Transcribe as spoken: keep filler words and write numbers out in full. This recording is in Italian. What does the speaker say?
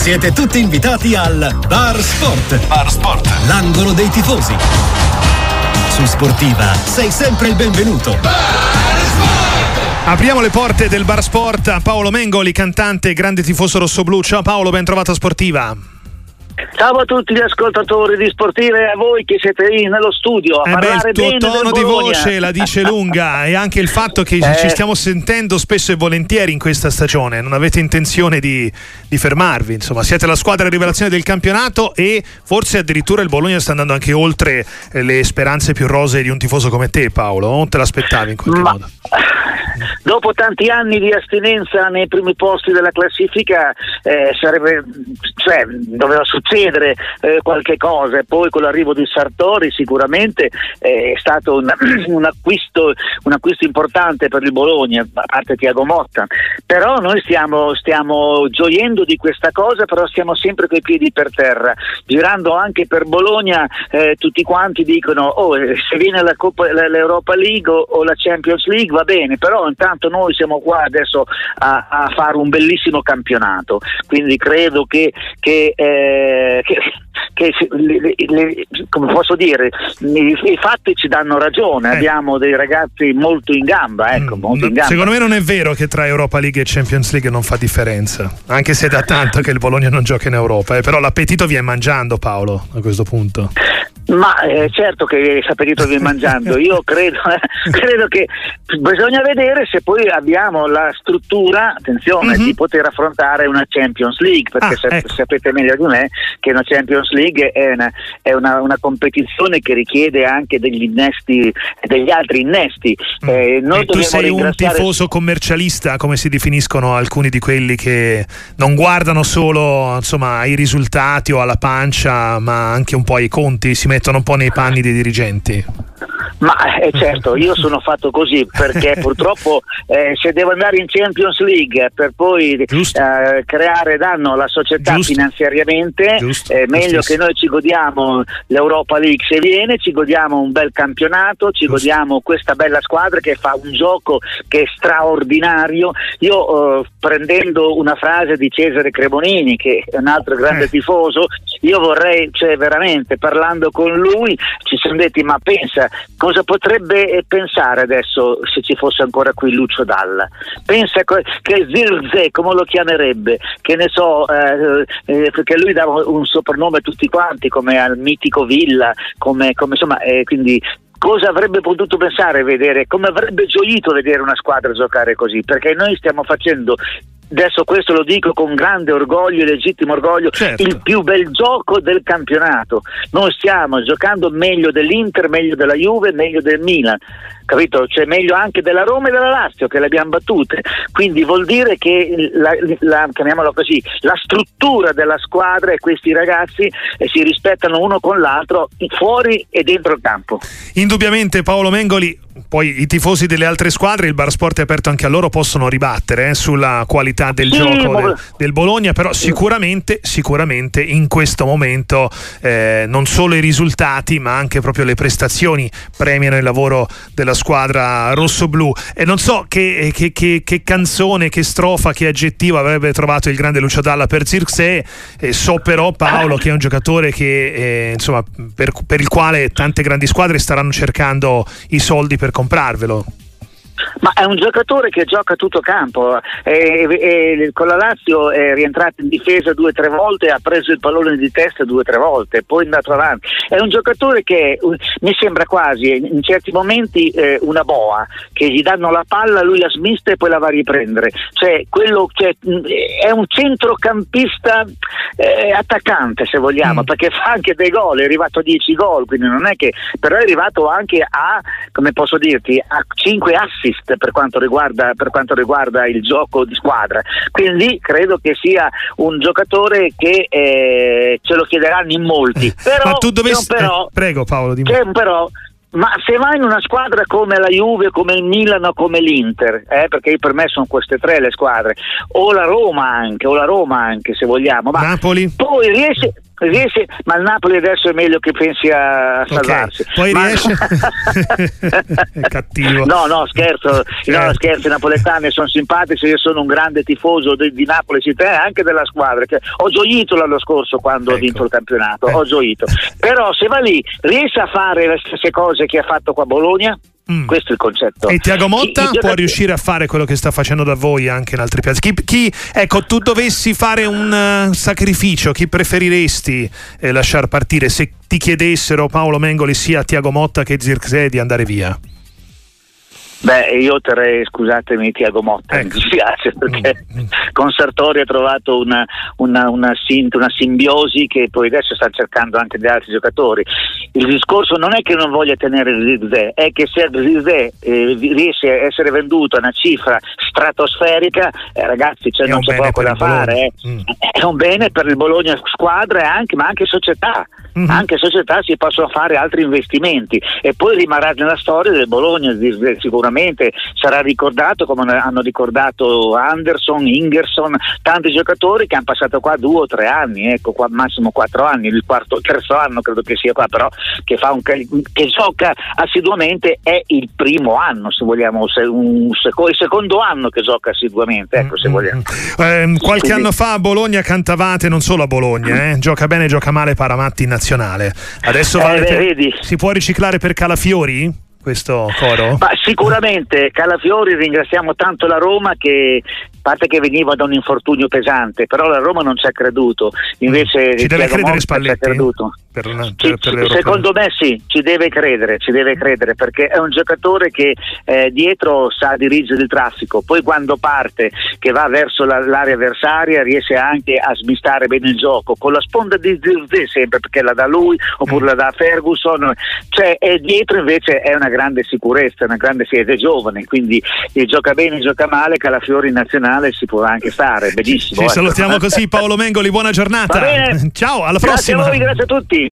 Siete tutti invitati al Bar Sport. Bar Sport, l'angolo dei tifosi. Su Sportiva sei sempre il benvenuto. Bar Sport! Apriamo le porte del Bar Sport a Paolo Mengoli, cantante e grande tifoso rossoblù. Ciao Paolo, ben trovato a Sportiva. Ciao a tutti gli ascoltatori di Sportiva e a voi che siete lì nello studio a eh parlare beh, il bene tuo tono del di Bologna. voce la dice lunga, e anche il fatto che eh. ci stiamo sentendo spesso e volentieri in questa stagione. Non avete intenzione di, di fermarvi, insomma siete la squadra rivelazione del campionato e forse addirittura il Bologna sta andando anche oltre le speranze più rosee di un tifoso come te, Paolo. Non te l'aspettavi in qualche Ma... modo? Dopo tanti anni di astinenza nei primi posti della classifica eh, sarebbe, cioè, doveva succedere eh, qualche cosa, e poi con l'arrivo di Sartori sicuramente eh, è stato un, un acquisto un acquisto importante per il Bologna, a parte Thiago Motta. Però noi stiamo, stiamo gioiendo di questa cosa, però stiamo sempre coi piedi per terra, girando anche per Bologna. Eh, tutti quanti dicono oh, se viene la Coppa, l'Europa League o, o la Champions League va bene, però intanto noi siamo qua adesso a, a fare un bellissimo campionato, quindi credo che, che, eh, che, che le, le, come posso dire, i, i fatti ci danno ragione. eh. Abbiamo dei ragazzi molto in gamba, ecco, mm, molto in gamba. Secondo me non è vero che tra Europa League e Champions League non fa differenza, anche se è da tanto che il Bologna non gioca in Europa, eh, però l'appetito viene mangiando, Paolo, a questo punto. Ma eh, certo che l'appetito viene mangiando. Io credo, eh, credo che bisogna vedere se poi abbiamo la struttura, attenzione, mm-hmm. di poter affrontare una Champions League, perché ah, sap- ecco. sapete meglio di me che una Champions League è una, è una, una competizione che richiede anche degli innesti, degli altri innesti. Mm. Eh, noi e tu sei ringraziare... un tifoso commercialista, come si definiscono alcuni di quelli che non guardano solo, insomma, ai risultati o alla pancia, ma anche un po' ai conti, si mettono un po' nei panni dei dirigenti. Ma eh, certo, io sono fatto così perché purtroppo eh, se devo andare in Champions League per poi eh, creare danno alla società Giusto. finanziariamente, Giusto. è meglio Giusto. che noi ci godiamo l'Europa League se viene, ci godiamo un bel campionato, ci Giusto. godiamo questa bella squadra che fa un gioco che è straordinario. Io eh, prendendo una frase di Cesare Cremonini, che è un altro grande eh. tifoso, io vorrei, cioè veramente parlando con lui ci siamo detti ma pensa cosa potrebbe pensare adesso se ci fosse ancora qui Lucio Dalla. Pensa che Zirze, come lo chiamerebbe, che ne so, eh, eh, perché lui dava un soprannome a tutti quanti come al mitico Villa, come, come insomma, eh, quindi cosa avrebbe potuto pensare vedere, come avrebbe gioito vedere una squadra giocare così, perché noi stiamo facendo, adesso questo lo dico con grande orgoglio e legittimo orgoglio, certo. il più bel gioco del campionato. Noi stiamo giocando meglio dell'Inter, meglio della Juve, meglio del Milan, capito? Cioè meglio anche della Roma e della Lazio, che le abbiamo battute, quindi vuol dire che la, la, chiamiamola così, la struttura della squadra e questi ragazzi eh, si rispettano uno con l'altro fuori e dentro il campo. Indubbiamente Paolo Mengoli, poi i tifosi delle altre squadre, il Bar Sport è aperto anche a loro, possono ribattere eh, sulla qualità del sì, gioco ma... del, del Bologna, però sicuramente sicuramente in questo momento eh, non solo i risultati ma anche proprio le prestazioni premiano il lavoro della squadra rossoblù. E non so che, che, che, che canzone, che strofa, che aggettivo avrebbe trovato il grande Lucio Dalla per Zirkzee, eh, so però Paolo che è un giocatore che eh, insomma per, per il quale tante grandi squadre staranno cercando i soldi per comprarvelo. Ma è un giocatore che gioca tutto campo, e, e, con la Lazio è rientrato in difesa due o tre volte, ha preso il pallone di testa due o tre volte, poi è andato avanti. È un giocatore che mi sembra quasi in certi momenti eh, una boa, che gli danno la palla, lui la smista e poi la va a riprendere, cioè quello, cioè, è un centrocampista eh, attaccante se vogliamo, mm. perché fa anche dei gol, è arrivato a dieci gol, quindi non è che, però è arrivato anche a, come posso dirti, a cinque assist per quanto riguarda per quanto riguarda il gioco di squadra, quindi credo che sia un giocatore che eh, ce lo chiederanno in molti. Però, ma tu dovessi... però, eh, prego Paolo, dimmi. c'è un però ma se vai in una squadra come la Juve, come il Milano, come l'Inter, eh, perché per me sono queste tre le squadre, o la Roma anche, o la Roma anche se vogliamo, ma Napoli? poi riesci riesce, ma il Napoli adesso è meglio che pensi a salvarsi. Okay. Poi ma... riesce è cattivo. No, no, scherzo, no, scherzo, i napoletani sono simpatici, io sono un grande tifoso di, di Napoli Città e anche della squadra, che ho gioito l'anno scorso quando ecco. ho vinto il campionato, eh. ho gioito. Però se va lì riesce a fare le stesse cose che ha fatto qua a Bologna? Mm. Questo è il concetto. E Thiago Motta chi, può chi... riuscire a fare quello che sta facendo da voi anche in altri piazzi? Chi, chi ecco, tu dovessi fare un uh, sacrificio, chi preferiresti eh, lasciar partire se ti chiedessero, Paolo Mengoli, sia Thiago Motta che Zirkzee, di andare via? Beh, io terrei, scusatemi, Thiago Motta, ecco. Mi dispiace perché mm. con Sartori ha trovato una, una, una, una simbiosi che poi adesso sta cercando anche di altri giocatori. Il discorso non è che non voglia tenere Zirkzee, è che se Zirkzee eh, riesce a essere venduto a una cifra stratosferica, eh, ragazzi, cioè non c'è poco da fare. Eh. Mm. È un bene per il Bologna squadra e anche, ma anche società. Mm-hmm. Anche società si possono fare altri investimenti e poi rimarrà nella storia del Bologna, sicuramente sarà ricordato come hanno ricordato Anderson, Ingerson, tanti giocatori che hanno passato qua due o tre anni, ecco, qua massimo quattro anni, il quarto, terzo anno credo che sia qua, però che fa un che gioca assiduamente è il primo anno, se vogliamo, se un seco, il secondo anno che gioca assiduamente, ecco, se vogliamo. Eh, qualche Quindi... anno fa a Bologna cantavate, non solo a Bologna, eh, gioca bene, gioca male Paramatti in nazionale. Adesso vale eh, per... vedi. Si può riciclare per Calafiori questo coro? Ma sicuramente Calafiori, ringraziamo tanto la Roma che, a parte che veniva da un infortunio pesante, però la Roma non ci ha creduto, invece ci deve credere Spalletti? Ci ha creduto. Per una, per, per per secondo me sì, ci deve credere, ci deve credere perché è un giocatore che eh, dietro sa dirigere il traffico, poi quando parte che va verso la, l'area avversaria riesce anche a smistare bene il gioco con la sponda di Zirkzee sempre, perché la dà lui oppure mm. la dà Ferguson, cioè e dietro invece è una grande sicurezza, una grande ed è giovane, quindi eh, gioca bene, gioca male, Calafiori in nazionale si può anche stare benissimo. Ci ecco. salutiamo così, Paolo Mengoli, buona giornata, ciao, alla grazie prossima. Grazie a voi, grazie a tutti.